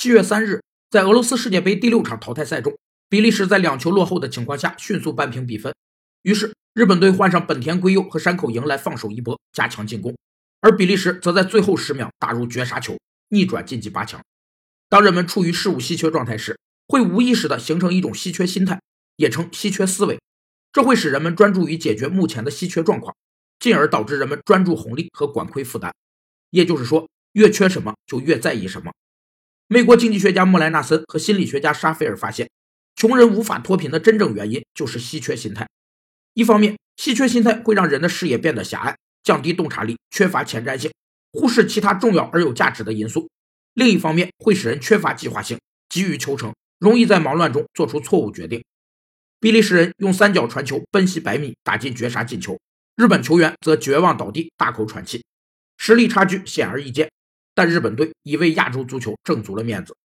月3日，在俄罗斯世界杯第6场淘汰赛中，比利时在2球落后的情况下迅速扳平比分。于是日本队换上本田圭佑和山口莹来放手一搏，加强进攻，而比利时则在最后10秒打入绝杀球，逆转晋级8强。当人们处于事无稀缺状态时，会无意识地形成一种稀缺心态，也称稀缺思维，这会使人们专注于解决目前的稀缺状况，进而导致人们专注红利和管亏负担。也就是说，越缺什么就越在意什么。美国经济学家莫莱纳森和心理学家沙菲尔发现，穷人无法脱贫的真正原因就是稀缺心态。一方面，稀缺心态会让人的视野变得狭隘，降低洞察力，缺乏前瞻性，忽视其他重要而有价值的因素；另一方面，会使人缺乏计划性，急于求成，容易在忙乱中做出错误决定。比利时人用3脚传球奔袭100米打进绝杀进球，日本球员则绝望倒地，大口喘气。实力差距显而易见，但日本队已为亚洲足球挣足了面子。